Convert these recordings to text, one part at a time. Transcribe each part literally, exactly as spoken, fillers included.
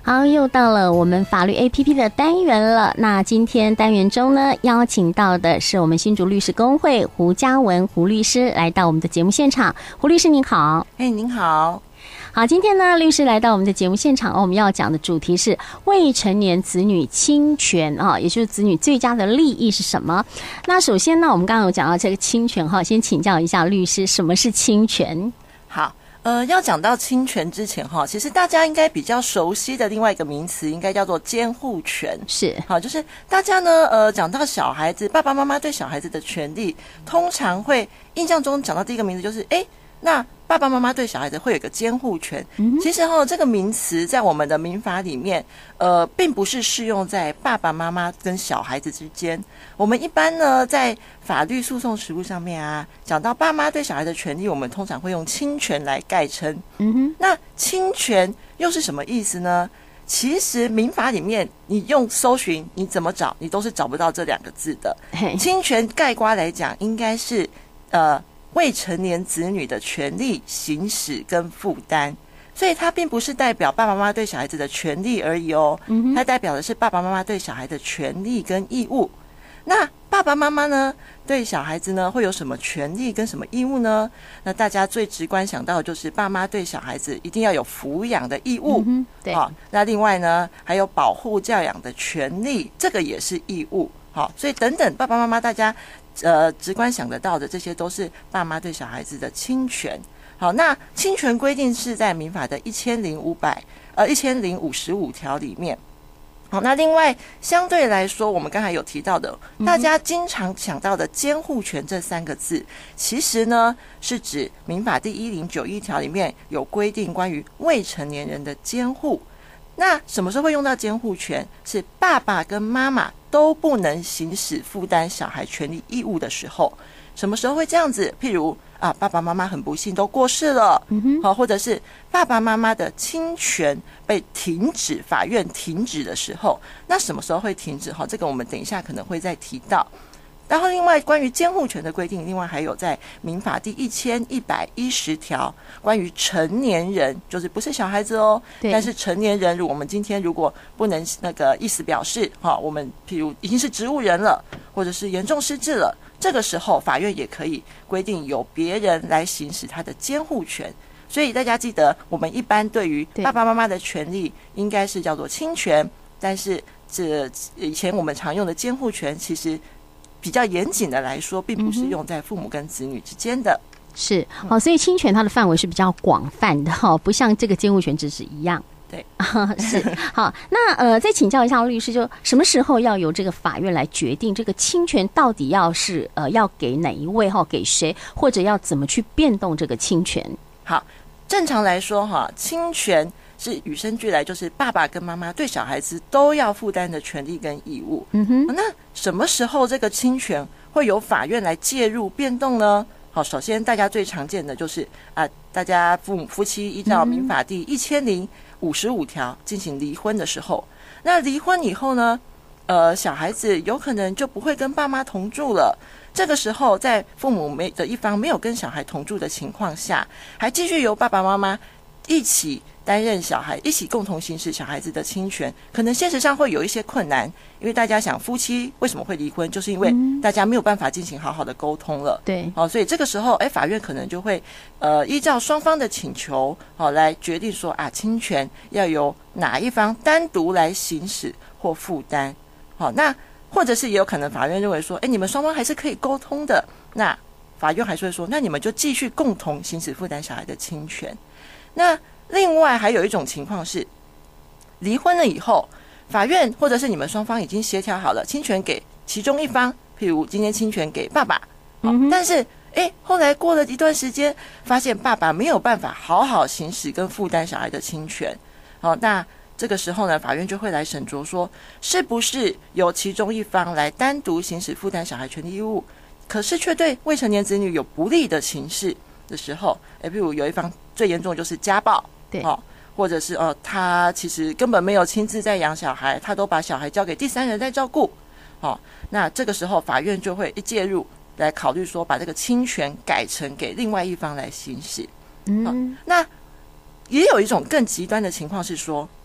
好，又到了我们法律 A P P 的单元了。那今天单元中呢，邀请到的是我们新竹律师公会胡嘉文胡律师来到我们的节目现场。胡律师您好。 哎，您好。 好，今天呢，律师来到我们的节目现场，我们要讲的主题是未成年子女侵权啊，也就是子女最佳的利益是什么？那首先呢，我们刚刚有讲到这个侵权哈，先请教一下律师，什么是侵权？ 好。呃，要讲到侵权之前哈，其实大家应该比较熟悉的另外一个名词，应该叫做监护权。 是， 好，就是大家呢，呃，讲到小孩子，爸爸妈妈对小孩子的权利，通常会印象中讲到第一个名字就是，哎，那爸爸妈妈对小孩子会有个监护权。嗯、其实哈，这个名词在我们的民法里面，呃，并不是适用在爸爸妈妈跟小孩子之间。我们一般呢，在法律诉讼实务上面啊，讲到爸妈对小孩的权利，我们通常会用侵权来概称。嗯哼，那侵权又是什么意思呢？其实民法里面，你用搜寻，你怎么找，你都是找不到这两个字的。侵权概括来讲，应该是呃。未成年子女的权利行使跟负担，所以它并不是代表爸爸妈妈对小孩子的权利而已哦，它代表的是爸爸妈妈对小孩的权利跟义务。那爸爸妈妈呢，对小孩子呢会有什么权利跟什么义务呢？那大家最直观想到的就是爸妈对小孩子一定要有抚养的义务，嗯、对、哦。那另外呢，还有保护教养的权利，这个也是义务。好、哦，所以等等，爸爸妈妈大家。呃，直观想得到的，这些都是爸妈对小孩子的侵权。好，那侵权规定是在民法的一千零五百呃一千零五十五条里面。好，那另外相对来说，我们刚才有提到的，大家经常想到的监护权这三个字，其实呢是指民法第一零九一条里面有规定关于未成年人的监护。那什么时候会用到监护权？是爸爸跟妈妈都不能行使负担小孩权利义务的时候。什么时候会这样子？譬如啊，爸爸妈妈很不幸都过世了，嗯哼，好，或者是爸爸妈妈的侵权被停止，法院停止的时候，那什么时候会停止？好，这个我们等一下可能会再提到。然后另外关于监护权的规定，另外还有在民法第一千一百一十条关于成年人，就是不是小孩子哦，但是成年人，如我们今天如果不能那个意思表示哈，我们譬如已经是植物人了，或者是严重失智了，这个时候法院也可以规定由别人来行使他的监护权。所以大家记得，我们一般对于爸爸妈妈的权利应该是叫做侵权，但是这以前我们常用的监护权，其实比较严谨的来说，并不是用在父母跟子女之间的。 是，好，所以侵权它的范围是比较广泛的哈，不像这个监护权只是一样。 对， 是好。那呃，再请教一下律师，就什么时候要由这个法院来决定这个侵权到底要是呃要给哪一位哈，给谁，或者要怎么去变动这个侵权？ 好，正常来说哈，侵权是与生俱来，就是爸爸跟妈妈对小孩子都要负担的权利跟义务。嗯哼，那什么时候这个侵权会由法院来介入变动呢？好，首先大家最常见的就是啊、呃，大家父母夫妻依照民法第一千零五十五条进行离婚的时候，那离婚以后呢，呃，小孩子有可能就不会跟爸妈同住了。这个时候，在父母没的一方没有跟小孩同住的情况下，还继续由爸爸妈妈一起担任小孩，一起共同行使小孩子的侵权，可能现实上会有一些困难，因为大家想，夫妻为什么会离婚，就是因为大家没有办法进行好好的沟通了。 对， 哦，所以这个时候，哎，法院可能就会呃依照双方的请求，哦，来决定说啊，侵权要由哪一方单独来行使或负担。好，那或者是也有可能法院认为说，哎，你们双方还是可以沟通的，那法院还是会说，那你们就继续共同行使负担小孩的侵权。那另外还有一种情况是，离婚了以后，法院或者是你们双方已经协调好了，侵权给其中一方，譬如今天侵权给爸爸，嗯、但是哎，后来过了一段时间，发现爸爸没有办法好好行使跟负担小孩的侵权，好，那这个时候呢，法院就会来审酌说，是不是由其中一方来单独行使负担小孩权利义务，可是却对未成年子女有不利的情势的时候，哎，譬如有一方最严重的就是家暴， 对， 哦，或者是哦，他其实根本没有亲自在养小孩，他都把小孩交给第三人在照顾，哦，那这个时候法院就会一介入来考虑说，把这个侵权改成给另外一方来行使。嗯，哦，那也有一种更极端的情况是说啊，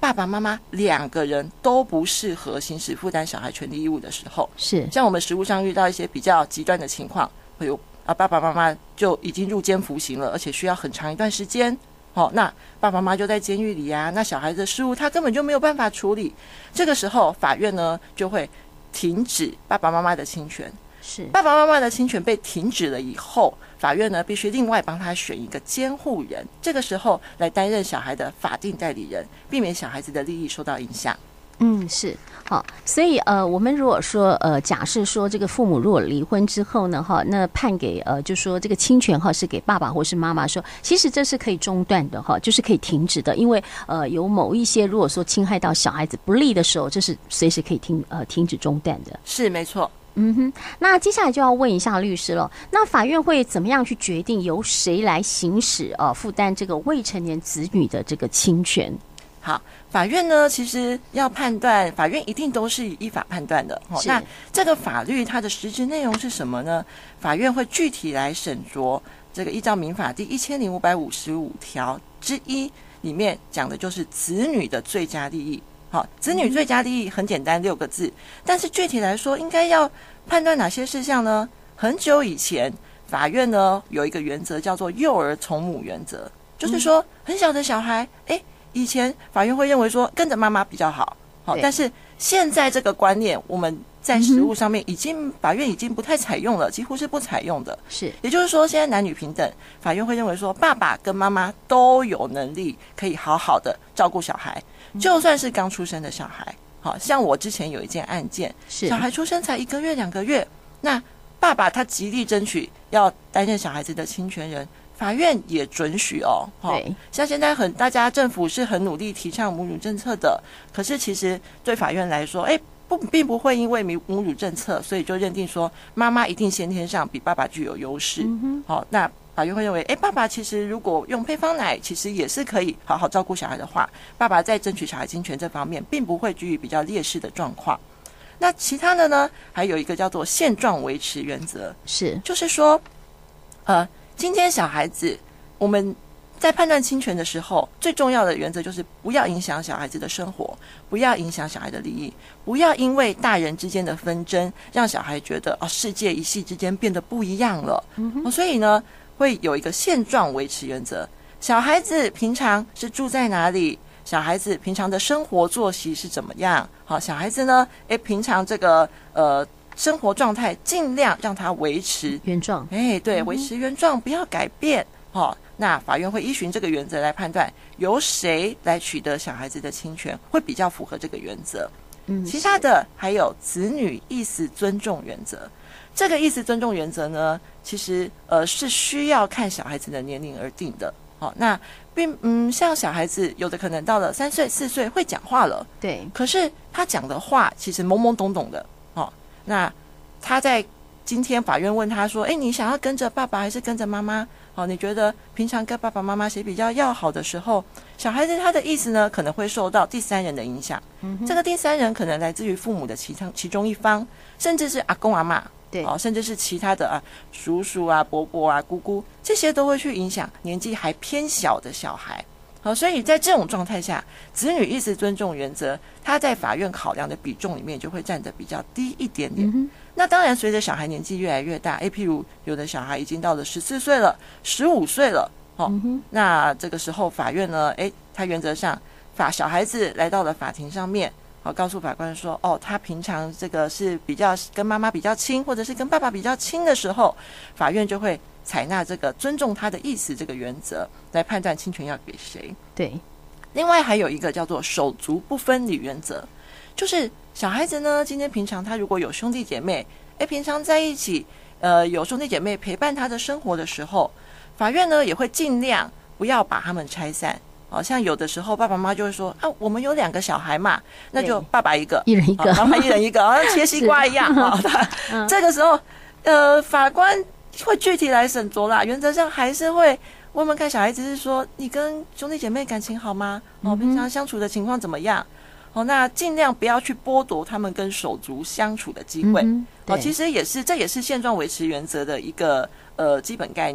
爸爸妈妈两个人都不适合行使负担小孩权利义务的时候， 是像我们实务上遇到一些比较极端的情况，会有啊爸爸妈妈就已经入监服刑了，而且需要很长一段时间。哦，那爸爸妈妈就在监狱里啊，那小孩子的事务他根本就没有办法处理。这个时候，法院呢就会停止爸爸妈妈的侵权。 是爸爸妈妈的侵权被停止了以后，法院呢必须另外帮他选一个监护人，这个时候来担任小孩的法定代理人，避免小孩子的利益受到影响。 嗯，是好，所以呃，我们如果说呃，假设说这个父母如果离婚之后呢，哈，那判给呃，就说这个侵权哈是给爸爸或是妈妈说，其实这是可以中断的哈，就是可以停止的，因为呃，有某一些如果说侵害到小孩子不利的时候，这是随时可以停呃停止中断的。 是没错。 嗯哼，那接下来就要问一下律师了，那法院会怎么样去决定由谁来行使呃负担这个未成年子女的这个侵权？ 好，法院呢，其实要判断，法院一定都是依法判断的。哦，那这个法律它的实质内容是什么呢？法院会具体来审酌。这个依照民法第一千零五百五十五条之一里面讲的就是子女的最佳利益。好，子女最佳利益很简单，六个字。但是具体来说，应该要判断哪些事项呢？很久以前，法院呢有一个原则叫做幼儿从母原则，就是说很小的小孩，哎。以前法院会认为说跟着妈妈比较好，好，但是现在这个观念我们在实务上面已经、嗯、法院已经不太采用了，几乎是不采用的。是，也就是说现在男女平等，法院会认为说爸爸跟妈妈都有能力可以好好的照顾小孩，嗯、就算是刚出生的小孩，好像我之前有一件案件，是小孩出生才一个月两个月，那爸爸他极力争取要担任小孩子的侵权人。法院也准许哦，对，像现在很大家政府是很努力提倡母乳政策的，可是其实对法院来说，哎，不，并不会因为母乳政策，所以就认定说妈妈一定先天上比爸爸具有优势。嗯、好，那法院会认为，哎，爸爸其实如果用配方奶，其实也是可以好好照顾小孩的话，爸爸在争取小孩侵权这方面，并不会居于比较劣势的状况。那其他的呢，还有一个叫做现状维持原则，是，就是说，呃。今天小孩子，我们在判断侵权的时候，最重要的原则就是不要影响小孩子的生活，不要影响小孩的利益，不要因为大人之间的纷争，让小孩觉得哦，世界一夕之间变得不一样了。嗯哦、所以呢，会有一个现状维持原则。小孩子平常是住在哪里？小孩子平常的生活作息是怎么样？好，小孩子呢，诶，平常这个呃。生活状态尽量让它维持原状， 哎，对，维持原状，不要改变。哦，那法院会依循这个原则来判断，由谁来取得小孩子的侵权，会比较符合这个原则。嗯，其他的还有子女意思尊重原则。这个意思尊重原则呢，其实呃是需要看小孩子的年龄而定的。哦，那并嗯，像小孩子有的可能到了三岁四岁会讲话了，对，可是他讲的话其实懵懵懂懂的。哦。那他在今天法院问他说，哎，你想要跟着爸爸还是跟着妈妈？哦，你觉得平常跟爸爸妈妈谁比较要好的时候，小孩子他的意思呢，可能会受到第三人的影响。嗯、这个第三人可能来自于父母的其中其中一方，甚至是阿公阿嬷，对，哦，甚至是其他的啊叔叔啊、伯伯啊、姑姑，这些都会去影响年纪还偏小的小孩。好，所以在这种状态下，子女意思尊重原则，它在法院考量的比重里面就会占得比较低一点点。嗯、那当然，随着小孩年纪越来越大，诶，譬如有的小孩已经到了十四岁了、十五岁了，哦，嗯、那这个时候法院呢，诶，他原则上法小孩子来到了法庭上面，好，告诉法官说，哦，他平常这个是比较跟妈妈比较亲，或者是跟爸爸比较亲的时候，法院就会采纳这个尊重他的意思这个原则来判断侵权要给谁。对，另外还有一个叫做手足不分离原则，就是小孩子呢，今天平常他如果有兄弟姐妹，诶，平常在一起，呃，有兄弟姐妹陪伴他的生活的时候，法院呢也会尽量不要把他们拆散。好、哦、像有的时候爸爸妈妈就会说啊，我们有两个小孩嘛，那就爸爸一个， 一人一个， 妈妈一人一个，好像切西瓜一样。好的，嗯、这个时候，呃，法官会具体来审酌啦。原则上还是会问问看小孩子是说，你跟兄弟姐妹感情好吗？哦，平常相处的情况怎么样？哦，那尽量不要去剥夺他们跟手足相处的机会。嗯、哦，其实也是，这也是现状维持原则的一个呃基本概念。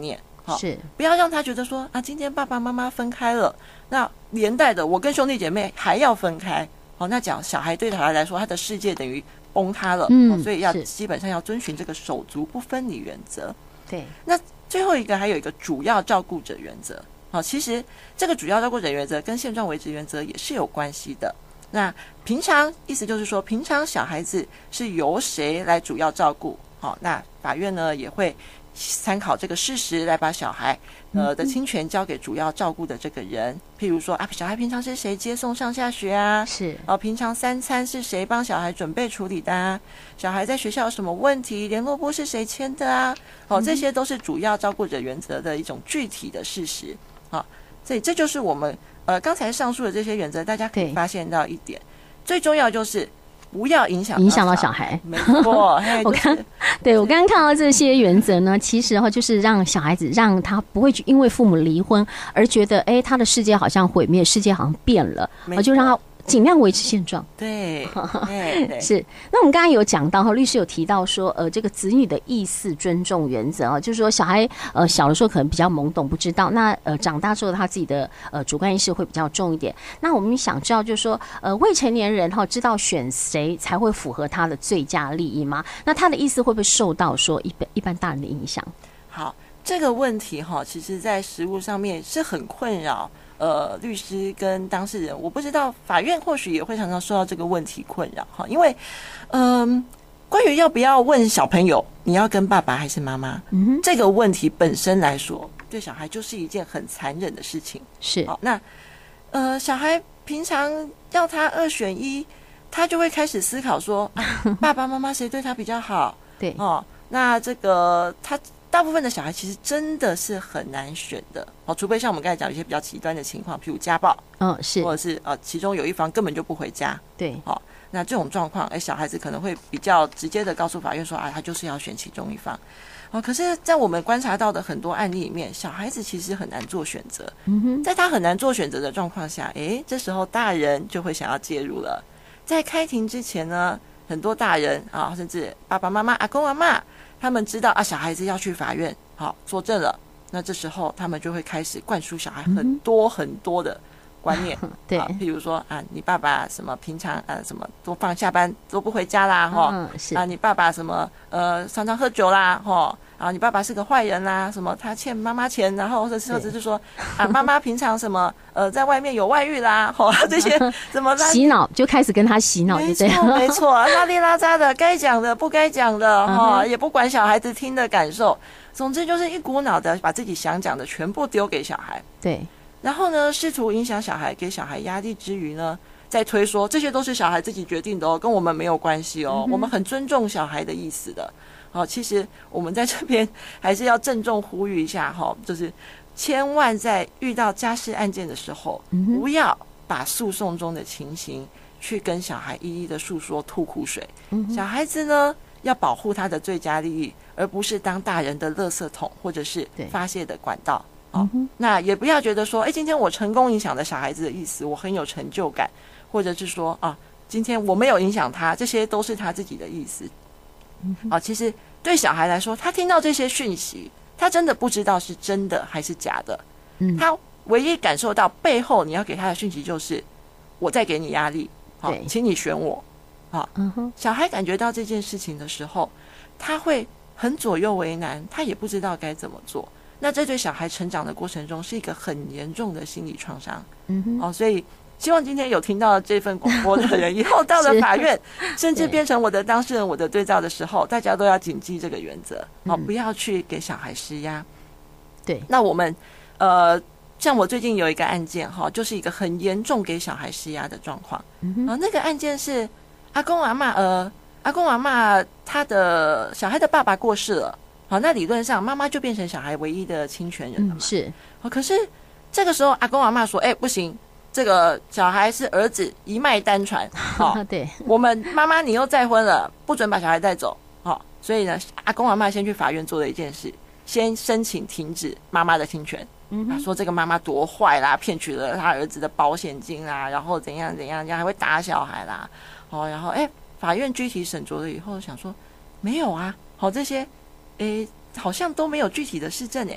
是不要让他觉得说啊，今天爸爸妈妈分开了，那连带的我跟兄弟姐妹还要分开，好，那讲小孩对小孩来说，他的世界等于崩塌了， 嗯， 所以要基本上要遵循这个手足不分离原则。 对， 那最后一个还有一个主要照顾者原则。好，其实这个主要照顾者原则跟现状维持原则也是有关系的。那平常意思就是说，平常小孩子是由谁来主要照顾？好，那法院呢也会参考这个事实来把小孩呃的亲权交给主要照顾的这个人。譬如说啊，小孩平常是谁接送上下学啊？ 是啊，平常三餐是谁帮小孩准备处理的啊？小孩在学校有什么问题，联络簿是谁签的啊？哦，这些都是主要照顾者原则的一种具体的事实。好，所以这就是我们呃刚才上述的这些原则，大家可以发现到一点，最重要就是不要影响影响到小孩。 没错， 我刚对我刚刚看到这些原则呢，其实哈就是让小孩子让他不会因为父母离婚而觉得哎他的世界好像毁灭，世界好像变了，我就让他尽量维持现状。 对，对对是。那我们刚刚有讲到哈，律师有提到说，呃，这个子女的意思尊重原则啊，就是说小孩呃小的时候可能比较懵懂不知道，那呃长大之后他自己的呃主观意识会比较重一点。那我们想知道就是说，呃未成年人哈知道选谁才会符合他的最佳利益吗？那他的意思会不会受到说一般一般大人的影响？ 好，这个问题哈，其实在实务上面是很困扰。呃，律师跟当事人，我不知道法院或许也会常常受到这个问题困扰哈，因为，嗯、呃，关于要不要问小朋友你要跟爸爸还是妈妈，嗯，这个问题本身来说，对小孩就是一件很残忍的事情。 是， 好，那呃，小孩平常要他二选一，他就会开始思考说，啊、爸爸妈妈谁对他比较好？ 对， 哦，那这个他。大部分的小孩其实真的是很难选的，哦，除非像我们刚才讲一些比较极端的情况，譬如家暴， 嗯，是， 或者是呃其中有一方根本就不回家， 对， 好，那这种状况，哎，小孩子可能会比较直接的告诉法院说，啊，他就是要选其中一方，哦，可是，在我们观察到的很多案例里面，小孩子其实很难做选择，嗯哼，在他很难做选择的状况下，哎，这时候大人就会想要介入了，在开庭之前呢，很多大人啊，甚至爸爸妈妈、阿公阿嬷。他们知道啊，小孩子要去法院好作证了，那这时候他们就会开始灌输小孩很多很多的观念，嗯、 对、 啊，譬如说啊，你爸爸什么平常啊什么都放下班都不回家啦，哈、 嗯，是啊，你爸爸什么呃常常喝酒啦，哈。啊，你爸爸是个坏人啦，什么他欠妈妈钱，然后或者是或者是说啊，妈妈平常什么呃在外面有外遇啦，吼、哦、这些怎么洗脑就开始跟他洗脑，就这样， 没错，拉里拉扎的，该讲的不该讲的哈、哦，也不管小孩子听的感受，总之就是一股脑的把自己想讲的全部丢给小孩， 对， 然后呢，试图影响小孩，给小孩压力之余呢，再推说这些都是小孩自己决定的哦，跟我们没有关系哦，嗯、我们很尊重小孩的意思的。好，其实我们在这边还是要郑重呼吁一下哈，就是千万在遇到家事案件的时候，嗯、不要把诉讼中的情形去跟小孩一一的诉说吐苦水。嗯、小孩子呢，要保护他的最佳利益，而不是当大人的垃圾桶或者是发泄的管道。哦，那也不要觉得说，哎，今天我成功影响了小孩子的意思，我很有成就感，或者是说啊，今天我没有影响他，这些都是他自己的意思。啊，其实对小孩来说，他听到这些讯息，他真的不知道是真的还是假的。嗯，他唯一感受到背后你要给他的讯息就是我在给你压力，好，请你选我。好，嗯哼，小孩感觉到这件事情的时候，他会很左右为难，他也不知道该怎么做。那这对小孩成长的过程中是一个很严重的心理创伤。嗯哼，哦，所以。希望今天有听到这份广播的人，以后到了法院，甚至变成我的当事人、我的对照的时候，大家都要谨记这个原则，好、哦，不要去给小孩施压。 对， 那我们呃，像我最近有一个案件哈、哦，就是一个很严重给小孩施压的状况。嗯啊、呃，那个案件是阿公阿嬷，呃，阿公阿嬷他的小孩的爸爸过世了，好、哦，那理论上妈妈就变成小孩唯一的亲权人了嘛。 嗯、是， 哦，可是这个时候阿公阿嬷说，哎，不行。这个小孩是儿子一脉单传，好、哦， 对， 我们妈妈你又再婚了，不准把小孩带走，好、哦，所以呢，阿公阿嬷先去法院做了一件事，先申请停止妈妈的亲权，嗯，他说这个妈妈多坏啦，骗取了他儿子的保险金啦，然后怎样怎样，这样还会打小孩啦，哦，然后哎，法院具体审酌了以后，想说没有啊，好、哦、这些，哎，好像都没有具体的事证哎。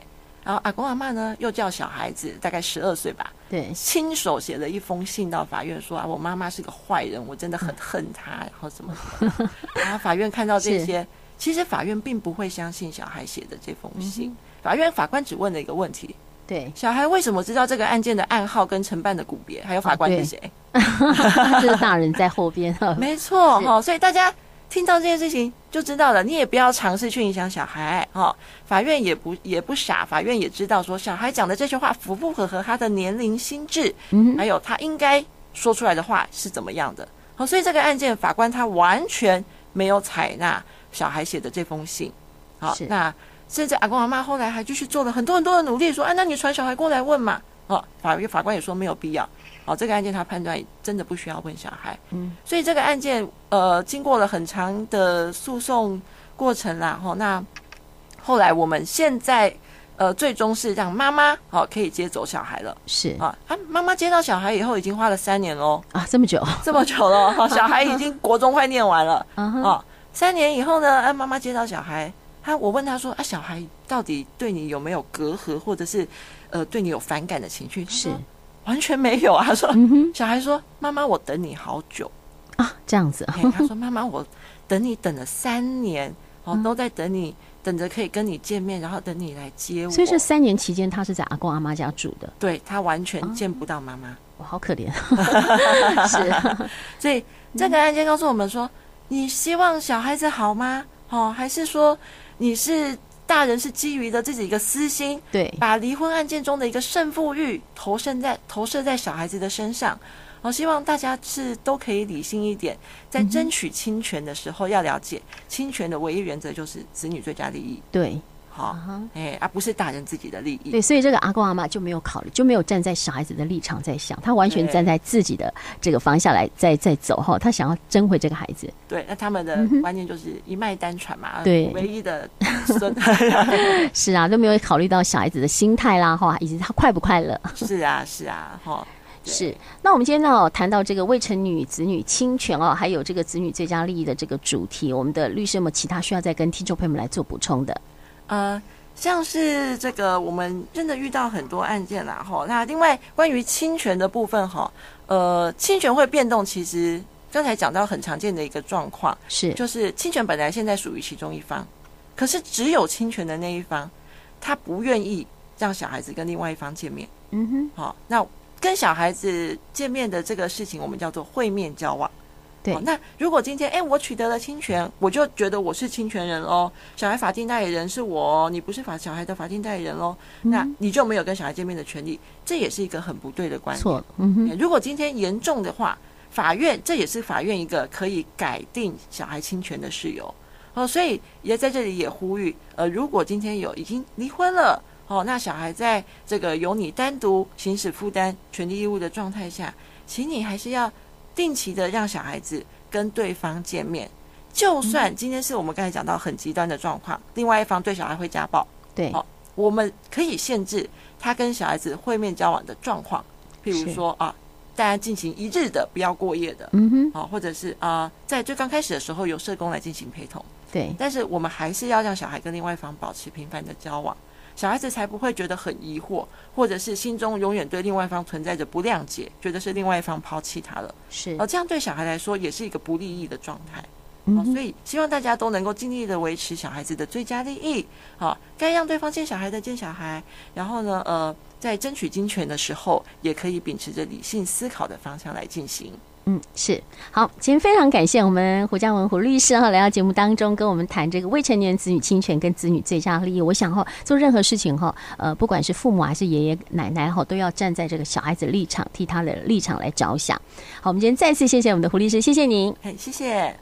然后阿公阿嬷呢又叫小孩子大概十二岁吧， 对， 亲手写了一封信到法院说啊，我妈妈是个坏人，我真的很恨她，然后什么什么。然后法院看到这些，其实法院并不会相信小孩写的这封信。嗯、法院法官只问了一个问题： 对， 小孩为什么知道这个案件的案号跟承办的股别？还有法官是谁？ 这是大人在后边。 没错哈，所以大家听到这件事情就知道了，你也不要尝试去影响小孩哈。法院也不也不傻，法院也知道说小孩讲的这些话符不符合他的年龄心智，嗯，还有他应该说出来的话是怎么样的。好，所以这个案件法官他完全没有采纳小孩写的这封信。好，那甚至阿公阿嬷后来还继续做了很多很多的努力，说啊，那你传小孩过来问嘛。哦，法院法官也说没有必要。哦，这个案件他判断真的不需要问小孩，嗯，所以这个案件呃经过了很长的诉讼过程啦，哈、哦，那后来我们现在呃最终是让妈妈哦可以接走小孩了， 是啊，啊妈妈接到小孩以后已经花了三年喽， 啊这么久这么久了，哦、小孩已经国中快念完了，啊、哦，三年以后呢，啊妈妈接到小孩，他我问他说啊小孩到底对你有没有隔阂，或者是呃对你有反感的情绪？ 是。 完全没有啊！说、嗯、小孩说：“妈妈，我等你好久啊，这样子。” 他说：“妈妈，我等你等了三年，哦，都在等你，等着可以跟你见面，然后等你来接我。” 所以这三年期间，他是在阿公阿妈家住的。 对，他完全见不到妈妈， 哇、哦，好可怜。是， 所以这个案件告诉我们说：你希望小孩子好吗？哦，还是说你是？大人是基于的自己一个私心， 对， 把离婚案件中的一个胜负欲投射在投射在小孩子的身上。我、哦、希望大家是都可以理性一点，在争取侵权的时候要了解，侵权的唯一原则就是子女最佳利益。 对。 好，哎、啊，不是大人自己的利益。 对，所以这个阿公阿嬷就没有考虑，就没有站在小孩子的立场在想，他完全站在自己的这个方向来再再走哈，他想要争回这个孩子。 对，那他们的观念就是一脉单传嘛，嗯、 对， 唯一的孙。 是啊，都没有考虑到小孩子的心态啦哈，以及他快不快乐。 是啊，是啊，哈。 是，那我们今天呢谈到这个未成女子女侵权哦，还有这个子女最佳利益的这个主题，我们的律师有没有其他需要再跟听众朋友们来做补充的？ 呃，像是这个我们真的遇到很多案件啦哈。那另外关于侵权的部分哈，呃，侵权会变动，其实刚才讲到很常见的一个状况是， 就是侵权本来现在属于其中一方，可是只有侵权的那一方，他不愿意让小孩子跟另外一方见面。嗯哼，好，那跟小孩子见面的这个事情，我们叫做会面交往。 对， 那如果今天哎我取得了侵权，我就觉得我是侵权人喽，小孩法定代理人是我，你不是法小孩的法定代理人喽、嗯，那你就没有跟小孩见面的权利，这也是一个很不对的观念。 错，嗯哼。 如果今天严重的话，法院这也是法院一个可以改定小孩侵权的事由哦，所以也在这里也呼吁，呃，如果今天有已经离婚了哦，那小孩在这个由你单独行使负担权利义务的状态下，请你还是要定期的让小孩子跟对方见面，就算今天是我们刚才讲到很极端的状况，另外一方对小孩会家暴， 对， 哦，我们可以限制他跟小孩子会面交往的状况，譬如说啊，大家进行一日的，不要过夜的，嗯哼，啊，或者是啊、呃，在最刚开始的时候由社工来进行陪同， 对， 但是我们还是要让小孩跟另外一方保持频繁的交往。小孩子才不会觉得很疑惑，或者是心中永远对另外一方存在着不谅解，觉得是另外一方抛弃他了。 是， 哦，这样对小孩来说也是一个不利益的状态。哦，所以希望大家都能够尽力的维持小孩子的最佳利益。好，该让对方见小孩的见小孩，然后呢，呃，在争取侵权的时候，也可以秉持着理性思考的方向来进行。 嗯，是好，今天非常感谢我们胡嘉文胡律师哈来到节目当中跟我们谈这个未成年子女侵权跟子女最佳利益。我想哈，做任何事情哈，呃，不管是父母还是爷爷奶奶哈，都要站在这个小孩子立场，替他的立场来着想。好，我们今天再次谢谢我们的胡律师，谢谢您， 谢谢。